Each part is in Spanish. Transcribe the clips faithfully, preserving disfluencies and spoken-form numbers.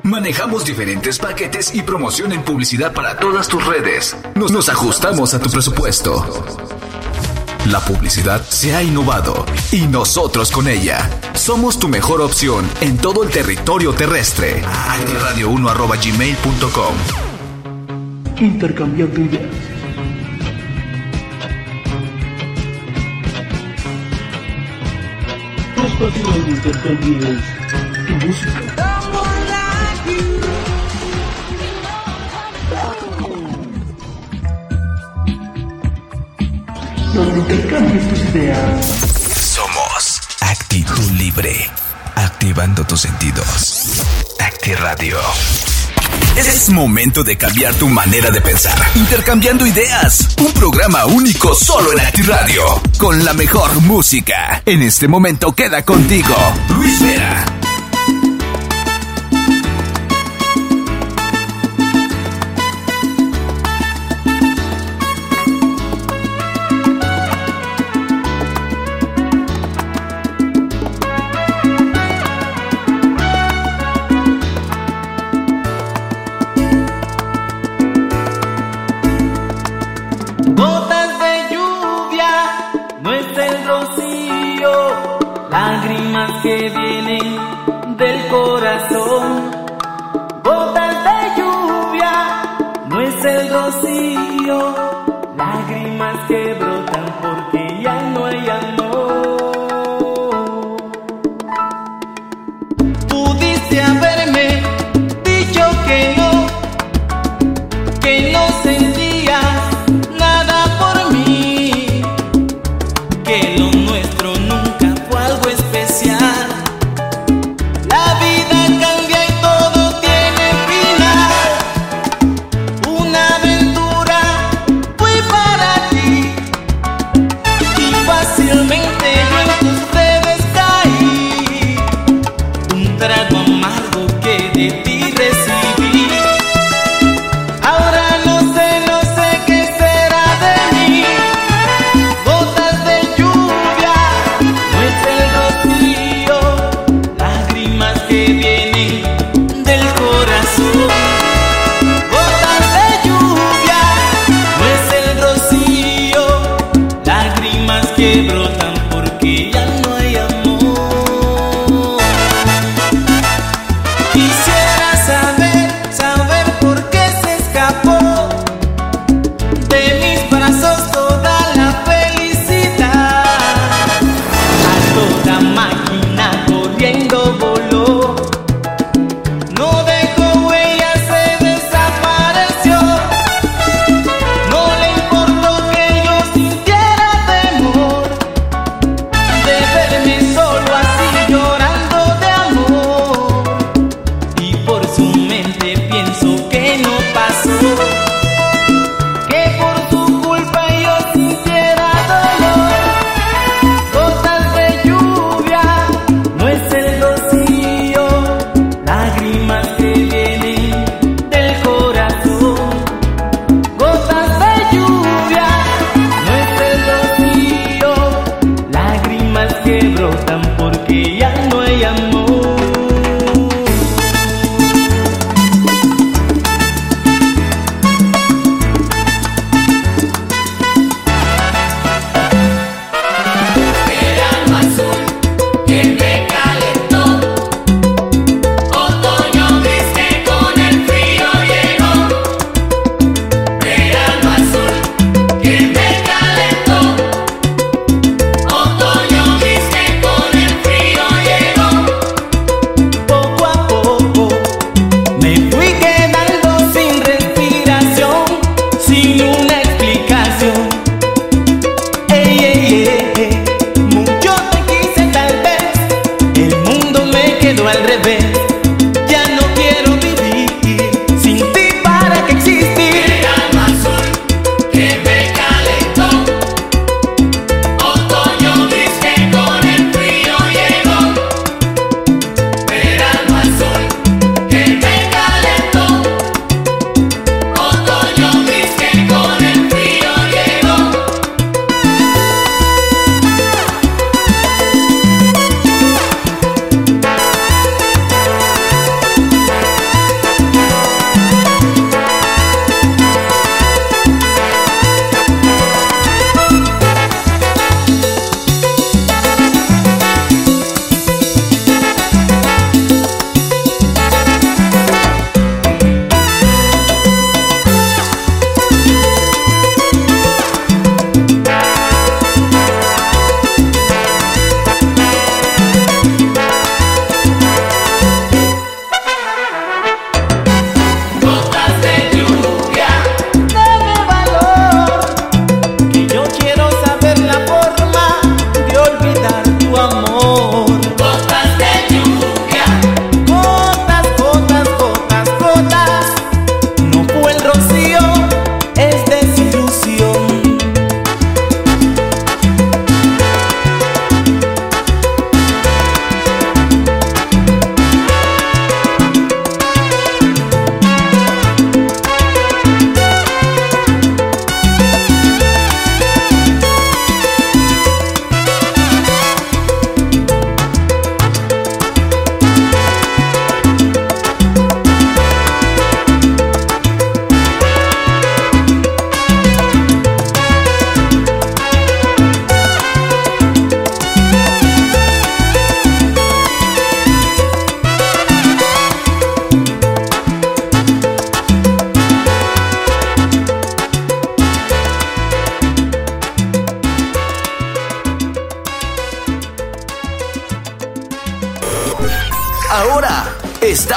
Manejamos diferentes paquetes y promoción en publicidad para todas tus redes. Nos, nos ajustamos a tu presupuesto. La publicidad se ha innovado y nosotros con ella. Somos tu mejor opción en todo el territorio terrestre. acti radio uno arroba gmail punto com. Intercambiando ideas. Tu espacio donde intercambies tu música. Donde intercambies tus ideas. Somos Actitud Libre, activando tus sentidos. Acti Radio. Es momento de cambiar tu manera de pensar. Intercambiando ideas. Un programa único solo en Acti Radio. Con la mejor música. En este momento queda contigo Luis Vera. Que vienen del corazón, gotas de lluvia, no es el rocío, lágrimas que brotan porque ya no hay amor. Pudiste haberme dicho que no, que no sentías nada por mí, que lo nuestro nunca fue algo especial.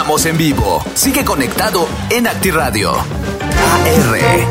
Estamos en vivo. Sigue conectado en Actiradio. A R.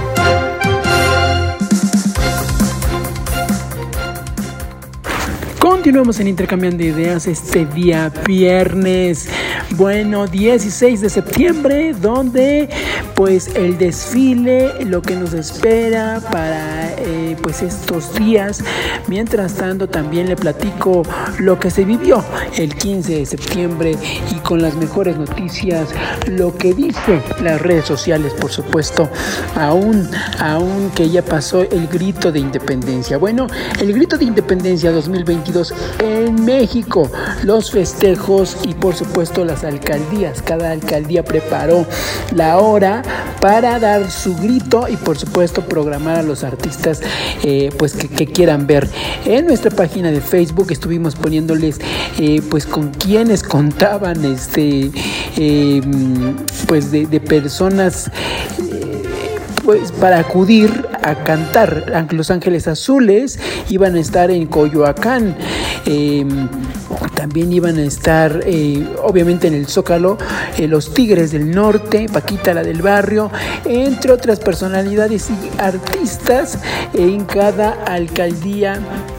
Continuamos en Intercambiando Ideas este día viernes, bueno, dieciséis de septiembre, donde pues el desfile, lo que nos espera para eh, pues estos días. Mientras tanto, también le platico lo que se vivió el quince de septiembre y con las mejores noticias, lo que dice las redes sociales, por supuesto, aún, aún que ya pasó el grito de independencia. Bueno, el grito de independencia dos mil veintidós en México, los festejos y por supuesto las alcaldías. Cada alcaldía preparó la hora para dar su grito y por supuesto programar a los artistas eh, pues que, que quieran ver. En nuestra página de Facebook estuvimos poniéndoles eh, pues con quienes contaban este eh, pues de, de personas eh, pues para acudir a cantar. Los Ángeles Azules iban a estar en Coyoacán, eh, también iban a estar eh, obviamente en el Zócalo, eh, los Tigres del Norte, Paquita la del Barrio, entre otras personalidades y artistas en cada alcaldía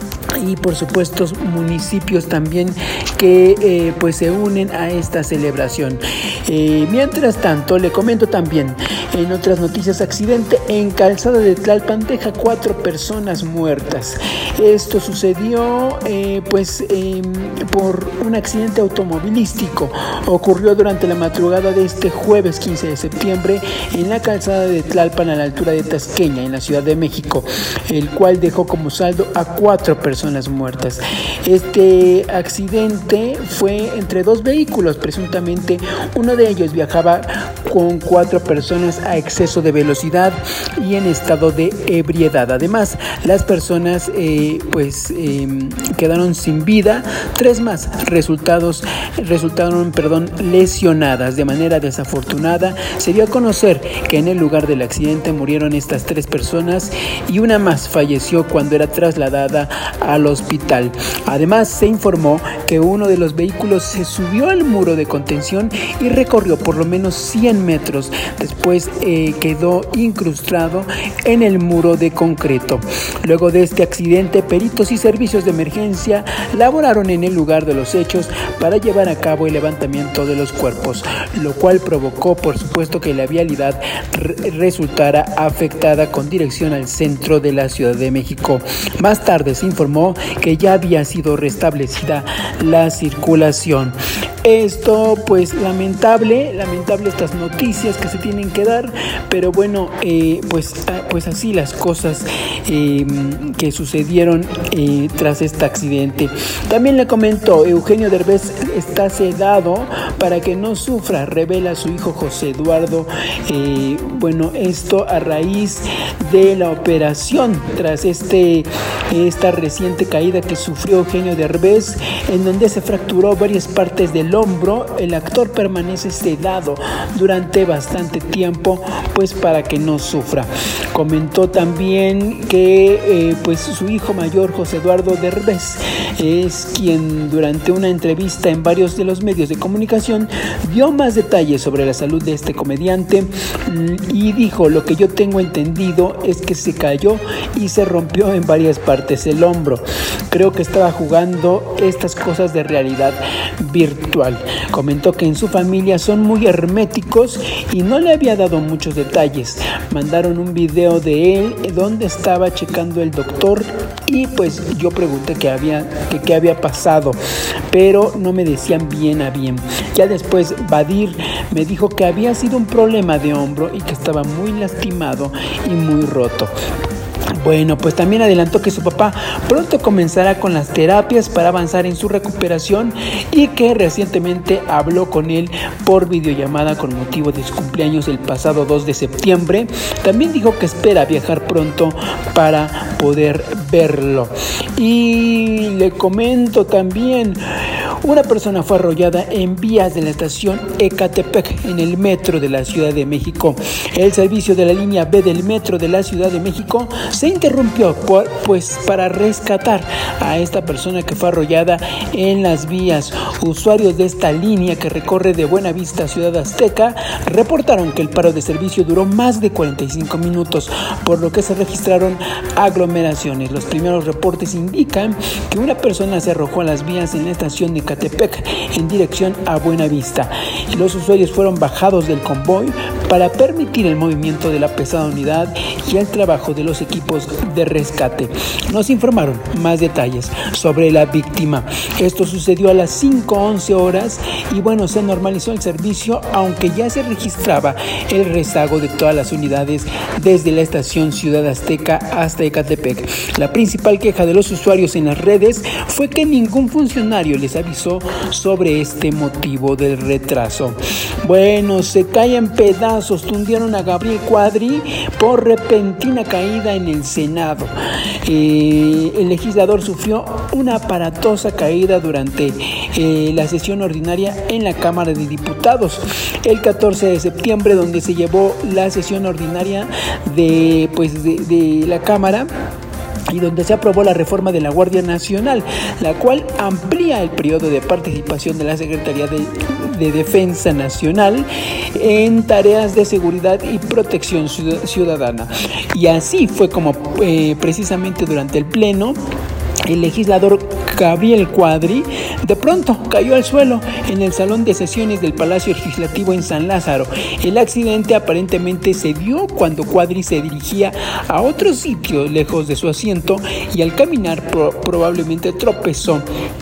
y por supuesto municipios también que eh, pues se unen a esta celebración. Eh, mientras tanto, le comento también en otras noticias: accidente en Calzada de Tlalpan deja cuatro personas muertas. Esto sucedió eh, pues eh, por un accidente automovilístico. Ocurrió durante la madrugada de este jueves quince de septiembre en la Calzada de Tlalpan, a la altura de Tasqueña, en la Ciudad de México, el cual dejó como saldo a cuatro personas muertas. Este accidente fue entre dos vehículos, presuntamente uno de ellos viajaba con cuatro personas a exceso de velocidad y en estado de ebriedad. Además, las personas eh, pues eh, quedaron sin vida. Tres más resultados resultaron perdón lesionadas. De manera desafortunada, se dio a conocer que en el lugar del accidente murieron estas tres personas y una más falleció cuando era trasladada al hospital. Además, se informó que uno de los vehículos se subió al muro de contención y recorrió por lo menos cien metros. Después eh, quedó incrustado en el muro de concreto. Luego de este accidente, peritos y servicios de emergencia laboraron en el lugar de los hechos para llevar a cabo el levantamiento de los cuerpos, lo cual provocó, por supuesto, que la vialidad re- resultara afectada con dirección al centro de la Ciudad de México. Más tarde se informó que ya había sido restablecida la circulación. Esto, pues, lamentable, lamentable estas noticias que se tienen que dar, pero bueno, eh, pues, pues así las cosas eh, que sucedieron eh, tras este accidente. También le comento, Eugenio Derbez está sedado para que no sufra, revela su hijo José Eduardo. Eh, bueno, esto a raíz de la operación tras este esta reciente caída que sufrió Eugenio Derbez, en donde se fracturó varias partes del hombro. El actor permanece sedado durante bastante tiempo, pues para que no sufra. Comentó también que eh, pues su hijo mayor, José Eduardo Derbez, es quien durante una entrevista en varios de los medios de comunicación dio más detalles sobre la salud de este comediante y dijo: lo que yo tengo entendido es que se cayó y se rompió en varias partes el hombro. Creo que estaba jugando estas cosas de realidad virtual. Comentó que en su familia son muy herméticos y no le había dado muchos detalles. Mandaron un video de él donde estaba checando el doctor y pues yo pregunté qué había, que, qué había pasado, pero no me decían bien a bien. Ya después Badir me dijo que había sido un problema de hombro y que estaba muy lastimado y muy roto. Bueno, pues también adelantó que su papá pronto comenzará con las terapias para avanzar en su recuperación y que recientemente habló con él por videollamada con motivo de su cumpleaños el pasado dos de septiembre. También dijo que espera viajar pronto para poder verlo. Y le comento también, Una persona fue arrollada en vías de la estación Ecatepec en el metro de la Ciudad de México. El servicio de la línea B del metro de la Ciudad de México se interrumpió por, pues, para rescatar a esta persona que fue arrollada en las vías. Usuarios de esta línea que recorre de Buenavista a Ciudad Azteca reportaron que el paro de servicio duró más de cuarenta y cinco minutos, por lo que se registraron aglomeraciones. Los primeros reportes indican que una persona se arrojó a las vías en la estación de Ecatepec en dirección a Buenavista. Los usuarios fueron bajados del convoy para permitir el movimiento de la pesada unidad y el trabajo de los equipos de rescate. Nos informaron más detalles sobre la víctima. Esto sucedió a las cinco once horas y bueno, se normalizó el servicio, aunque ya se registraba el rezago de todas las unidades desde la estación Ciudad Azteca hasta Ecatepec. La principal queja de los usuarios en las redes fue que ningún funcionario les avisó sobre este motivo del retraso. Bueno, se cae en pedazos, tundieron a Gabriel Cuadri por repentina caída en el Senado. Eh, el legislador sufrió una aparatosa caída durante eh, la sesión ordinaria en la Cámara de Diputados el catorce de septiembre, donde se llevó la sesión ordinaria de, pues, de, de la Cámara, y donde se aprobó la reforma de la Guardia Nacional, la cual amplía el periodo de participación de la Secretaría de, de Defensa Nacional en tareas de seguridad y protección ciudadana. Y así fue como eh, precisamente durante el pleno, el legislador Gabriel Cuadri de pronto cayó al suelo en el salón de sesiones del Palacio Legislativo en San Lázaro. El accidente aparentemente se dio cuando Cuadri se dirigía a otro sitio lejos de su asiento y al caminar pro- probablemente tropezó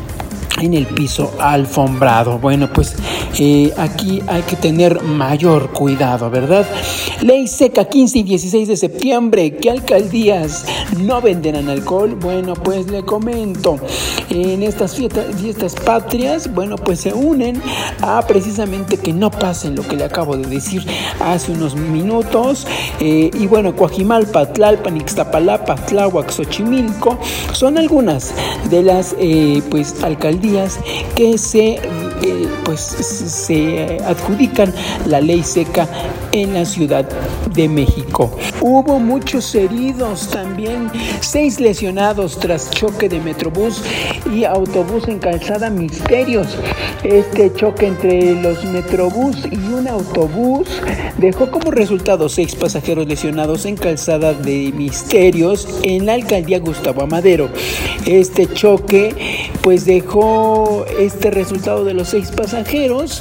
en el piso alfombrado. Bueno, pues eh, aquí hay que tener mayor cuidado, ¿verdad? Ley seca quince y dieciséis de septiembre. ¿Qué alcaldías no venderán alcohol? Bueno, pues le comento. En estas fiestas, fiestas patrias, bueno, pues se unen a precisamente que no pasen lo que le acabo de decir hace unos minutos. Eh, y bueno, Coajimalpa, Tlalpan, Ixtapalapa, Tláhuac, Xochimilco son algunas de las eh, pues alcaldías que se eh, pues se adjudican la ley seca en la Ciudad de México. Hubo muchos heridos también, seis lesionados tras choque de Metrobús y autobús en Calzada Misterios. Este choque entre los Metrobús y un autobús dejó como resultado seis pasajeros lesionados en Calzada de Misterios en la alcaldía Gustavo Amadero. Este choque pues dejó este resultado de los seis pasajeros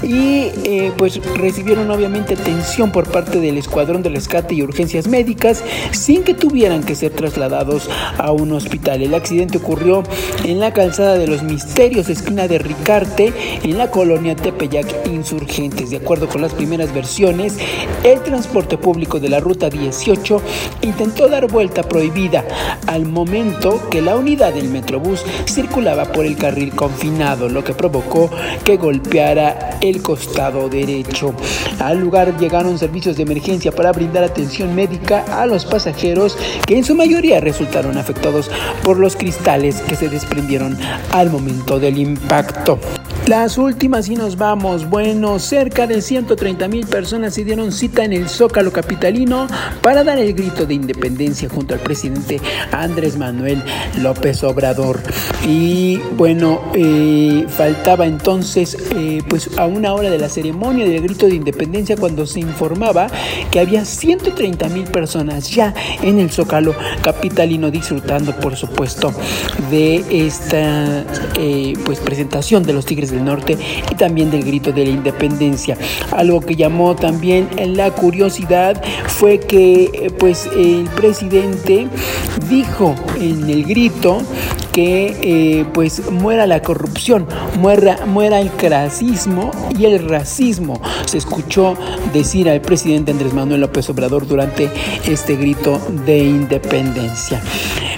y eh, pues recibieron obviamente atención por parte del Escuadrón de Rescate y Urgencias Médicas sin que tuvieran que ser trasladados a un hospital. El accidente ocurrió en la Calzada de los Misterios, esquina de Ricarte, en la colonia Tepeyac Insurgentes. De acuerdo con las primeras versiones, el transporte público de la ruta dieciocho intentó dar vuelta prohibida al momento que la unidad del Metrobús circulaba por el carril confinado, lo que provocó que golpeara el costado derecho. Al lugar llegaron servicios de emergencia para brindar atención médica a los pasajeros, que en su mayoría resultaron afectados por los cristales que se desprendieron al momento del impacto. Las últimas y nos vamos. Bueno, cerca de ciento treinta mil personas se dieron cita en el Zócalo capitalino para dar el grito de independencia junto al presidente Andrés Manuel López Obrador. Y bueno, eh, faltaba entonces eh, pues a una hora de la ceremonia del grito de independencia cuando se informaba que había ciento treinta mil personas ya en el Zócalo capitalino disfrutando, por supuesto, de esta eh, pues presentación de los Tigres del Norte y también del grito de la independencia. Algo que llamó también la curiosidad fue que pues el presidente dijo en el grito que eh, pues muera la corrupción, muera, muera el clasismo y el racismo. Se escuchó decir al presidente Andrés Manuel López Obrador durante este grito de independencia.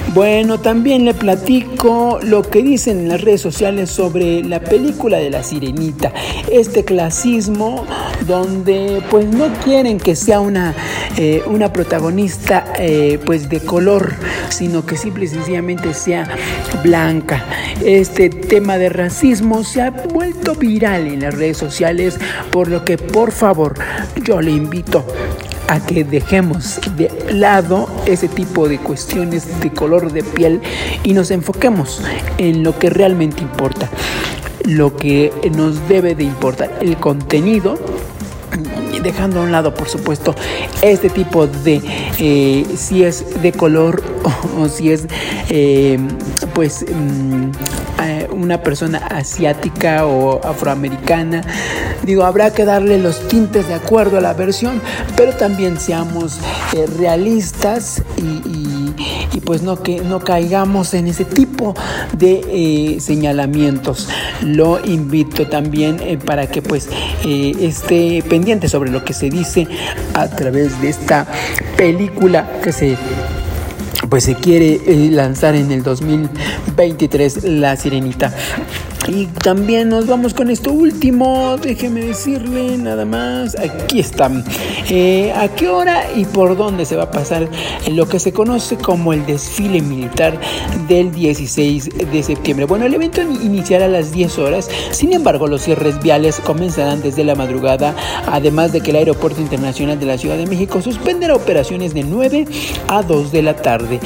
Bueno, también le platico lo que dicen en las redes sociales sobre la película de La Sirenita. Este clasismo donde pues no quieren que sea una, eh, una protagonista eh, pues de color, sino que simple y sencillamente sea blanca. Este tema de racismo se ha vuelto viral en las redes sociales, por lo que por favor yo le invito a que dejemos de lado ese tipo de cuestiones de color de piel y nos enfoquemos en lo que realmente importa, lo que nos debe de importar, el contenido, dejando a un lado, por supuesto, este tipo de eh, si es de color o, o si es eh, pues um, eh, una persona asiática o afroamericana. Digo, habrá que darle los tintes de acuerdo a la versión, pero también seamos eh, realistas y, y, y pues no que no caigamos en ese tipo de eh, señalamientos. Lo invito también eh, para que pues eh, esté pendiente sobre lo que se dice a través de esta película que se pues se quiere eh, lanzar en el dos mil veintitrés, La Sirenita. Y también nos vamos con esto último, déjeme decirle nada más, aquí está, eh, a qué hora y por dónde se va a pasar lo que se conoce como el desfile militar del dieciséis de septiembre. Bueno, el evento iniciará a las diez horas, sin embargo los cierres viales comenzarán desde la madrugada, además de que el Aeropuerto Internacional de la Ciudad de México suspenderá operaciones de nueve a dos de la tarde.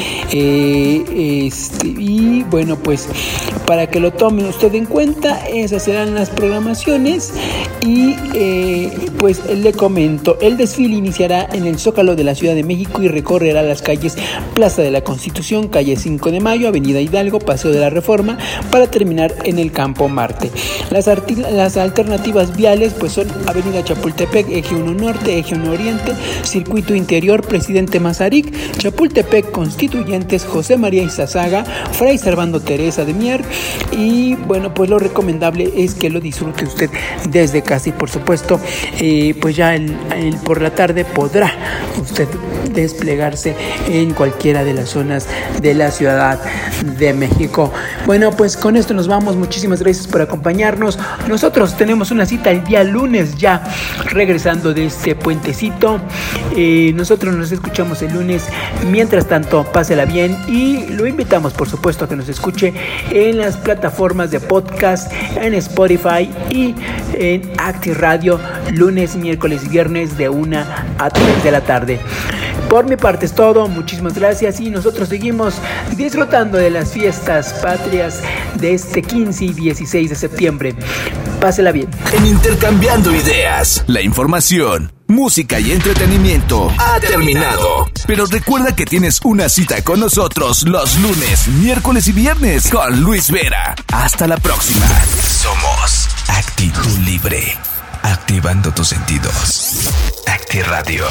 Eh, este, y bueno, pues para que lo tome usted en cuenta, esas serán las programaciones y eh, pues le comento, el desfile iniciará en el Zócalo de la Ciudad de México y recorrerá las calles Plaza de la Constitución, calle cinco de Mayo, Avenida Hidalgo, Paseo de la Reforma, para terminar en el Campo Marte. Las, arti- las alternativas viales pues son Avenida Chapultepec, Eje uno Norte, Eje uno Oriente, Circuito Interior, Presidente Mazarik, Chapultepec, Constituyentes, José María Izazaga, Fray Servando Teresa de Mier. Y bueno, pues lo recomendable es que lo disfrute usted desde casa y por supuesto eh, pues ya el, el por la tarde podrá usted desplegarse en cualquiera de las zonas de la Ciudad de México. Bueno, pues con esto nos vamos. Muchísimas gracias por acompañarnos. Nosotros tenemos una cita el día lunes ya regresando de este puentecito. Eh, nosotros nos escuchamos el lunes. Mientras tanto, pásela bien y lo invitamos por supuesto a que nos escuche en las plataformas de podcast, en Spotify y en Acti Radio, lunes, miércoles y viernes de una a tres de la tarde. Por mi parte es todo, muchísimas gracias y nosotros seguimos disfrutando de las fiestas patrias de este quince y dieciséis de septiembre. Pásela bien. En Intercambiando Ideas, la información, música y entretenimiento ha terminado. Pero recuerda que tienes una cita con nosotros los lunes, miércoles y viernes con Luis Vera. Hasta la próxima. Somos Actitud Libre, activando tus sentidos. Acti Radio.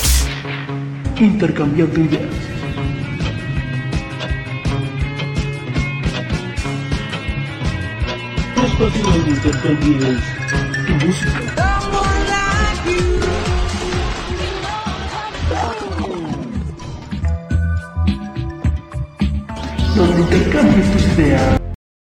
Intercambiando ideas. Tu espacio donde intercambies tu música. Donde intercambies tus ideas.